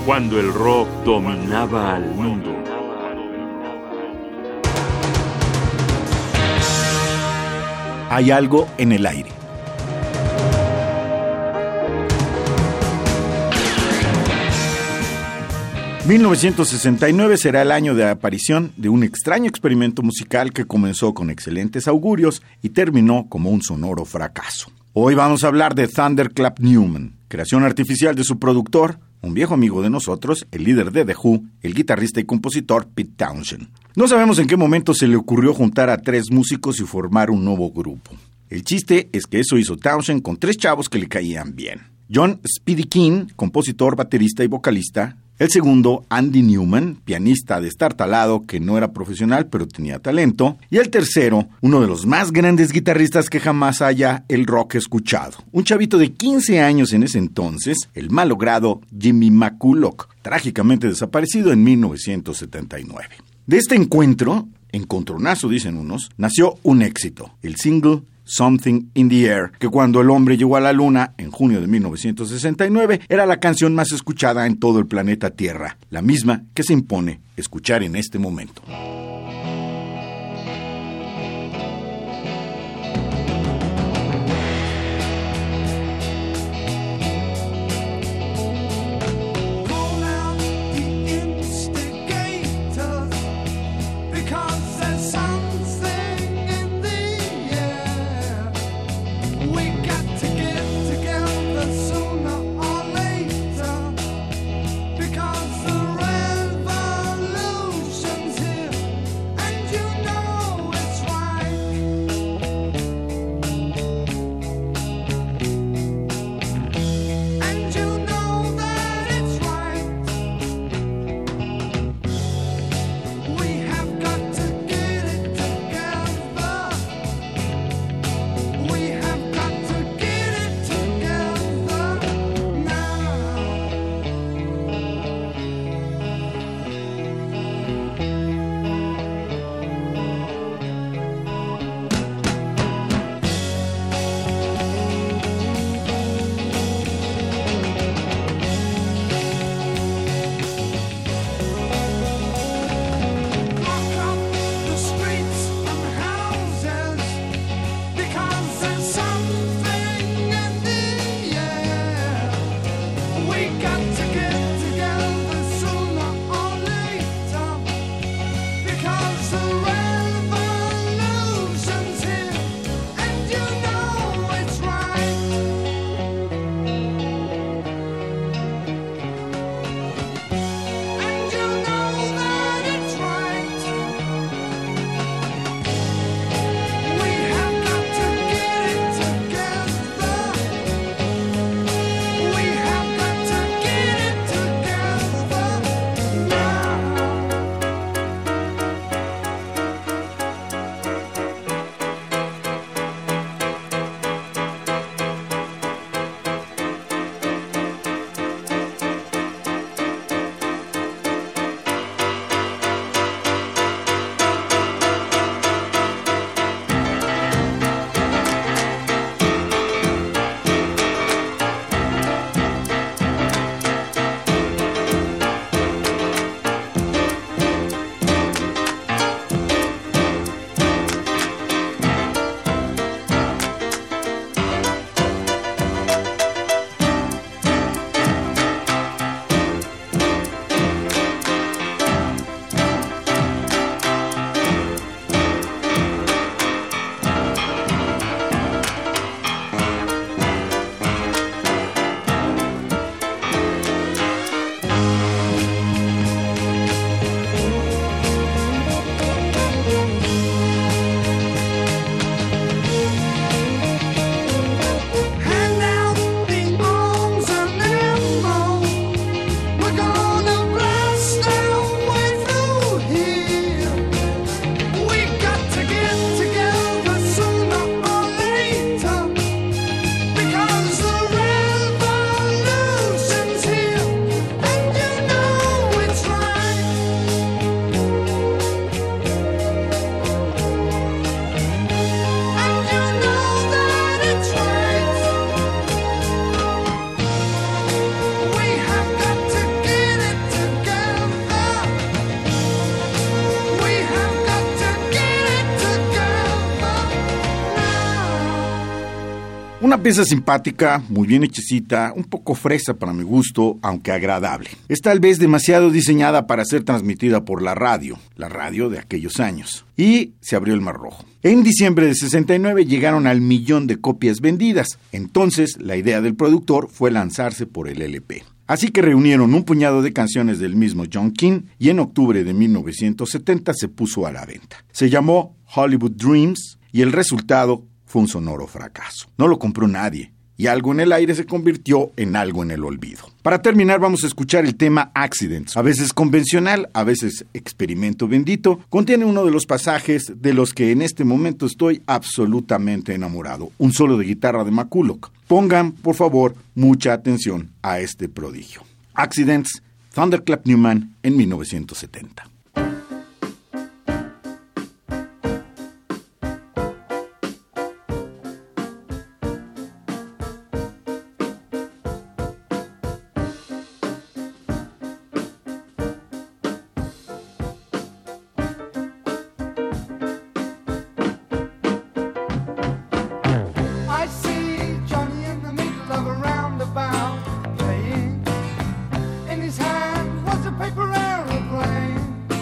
cuando el rock dominaba al mundo. Hay algo en el aire. ...1969 será el año de aparición de un extraño experimento musical que comenzó con excelentes augurios y terminó como un sonoro fracaso. Hoy vamos a hablar de Thunderclap Newman, creación artificial de su productor, un viejo amigo de nosotros, el líder de The Who, el guitarrista y compositor Pete Townshend. No sabemos en qué momento se le ocurrió juntar a 3 músicos y formar un nuevo grupo. El chiste es que eso hizo Townshend con 3 chavos que le caían bien. John Speedy King, compositor, baterista y vocalista. El segundo, Andy Newman, pianista destartalado que no era profesional pero tenía talento. Y el tercero, uno de los más grandes guitarristas que jamás haya el rock escuchado. Un chavito de 15 años en ese entonces, el malogrado Jimmy McCulloch, trágicamente desaparecido en 1979. De este encontronazo dicen unos, nació un éxito, el single Something in the Air, que cuando el hombre llegó a la luna, en junio de 1969, era la canción más escuchada en todo el planeta Tierra, la misma que se impone escuchar en este momento. Una pieza simpática, muy bien hechecita, un poco fresa para mi gusto, aunque agradable. Es tal vez demasiado diseñada para ser transmitida por la radio de aquellos años. Y se abrió el Mar Rojo. En diciembre de 69 llegaron al 1,000,000 de copias vendidas. Entonces, la idea del productor fue lanzarse por el LP. Así que reunieron un puñado de canciones del mismo John King y en octubre de 1970 se puso a la venta. Se llamó Hollywood Dreams y el resultado fue un sonoro fracaso. No lo compró nadie y algo en el aire se convirtió en algo en el olvido. Para terminar vamos a escuchar el tema Accidents, a veces convencional, a veces experimento bendito. Contiene uno de los pasajes de los que en este momento estoy absolutamente enamorado, un solo de guitarra de McCulloch. Pongan, por favor, mucha atención a este prodigio. Accidents, Thunderclap Newman en 1970. Paper aeroplane.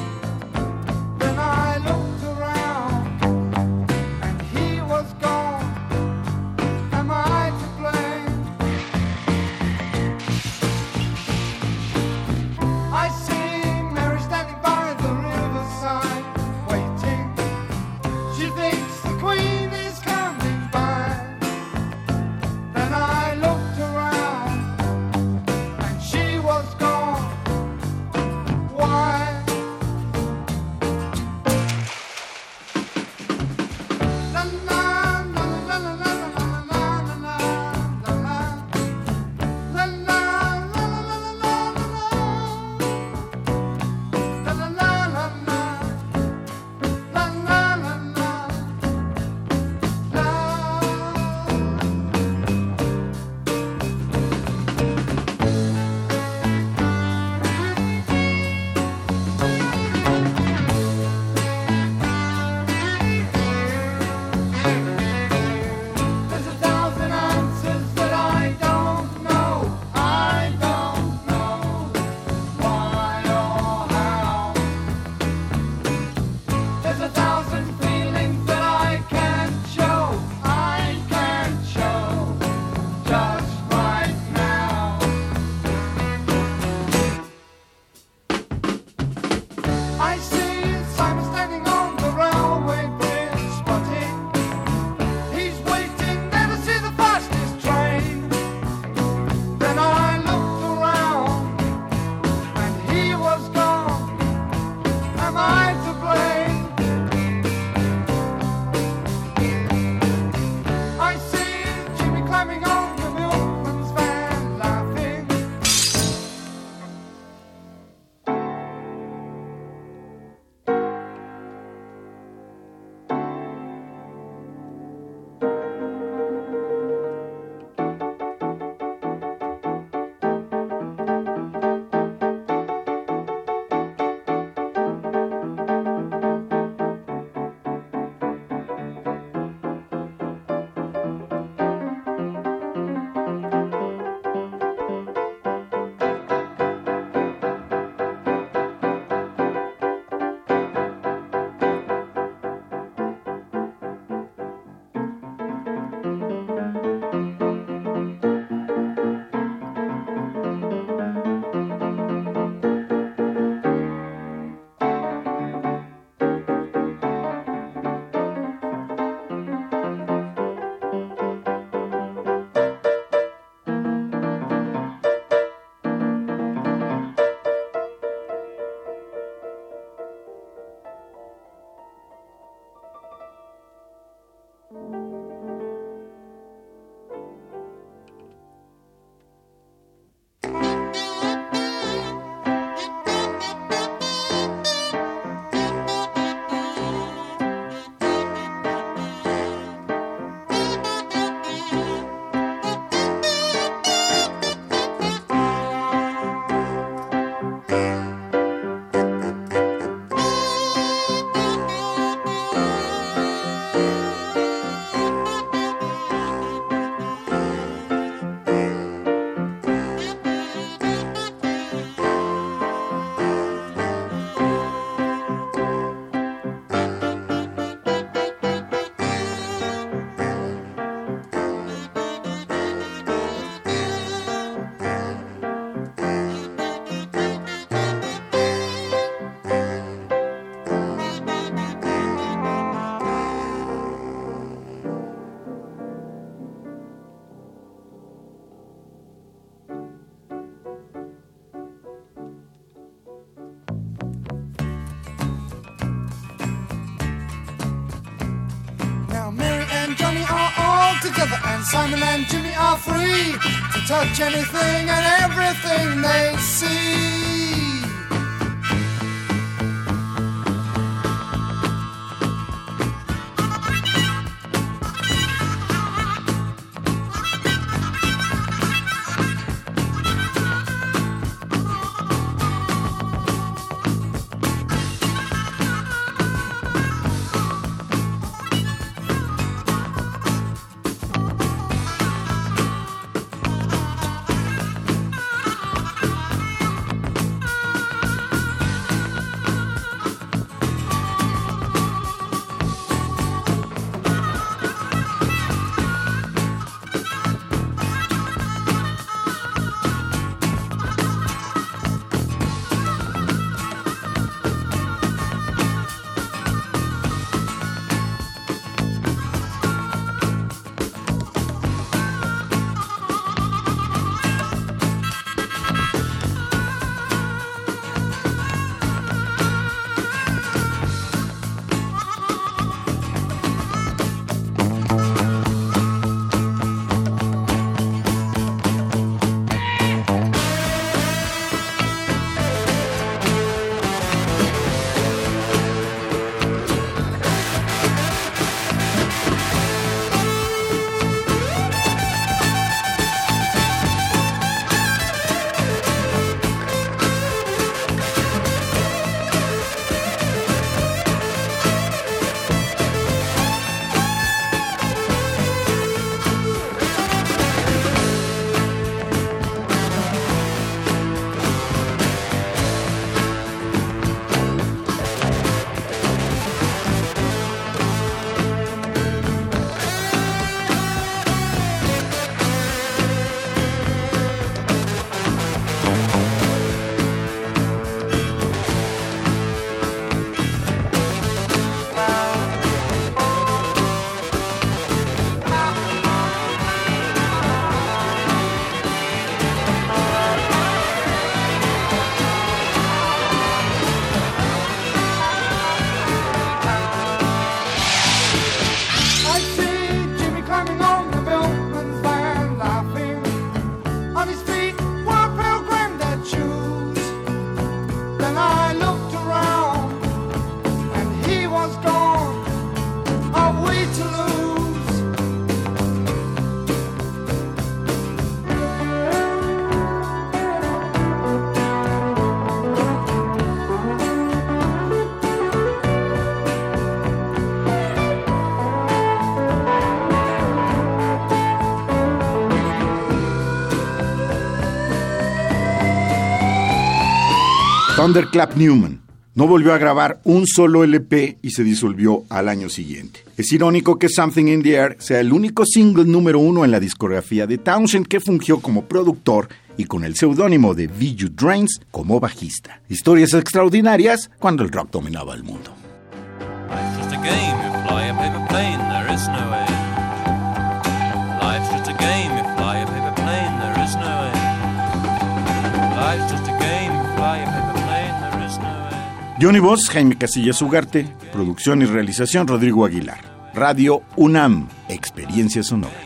together, and Simon and Jimmy are free to touch anything and everything they see. Thunderclap Newman no volvió a grabar un solo LP y se disolvió al año siguiente. Es irónico que Something in the Air sea el único single número 1 en la discografía de Townshend, que fungió como productor y con el seudónimo de V.U. Drains como bajista. Historias extraordinarias cuando el rock dominaba el mundo. Life's just a game, you fly a paper plane, there is no end. Life's just a game, you fly a paper plane, there is no end. Life's just a game, you fly a paper plane, there is no end. Guión y voz, Jaime Casillas Ugarte. Producción y realización, Rodrigo Aguilar. Radio UNAM, Experiencia Sonora.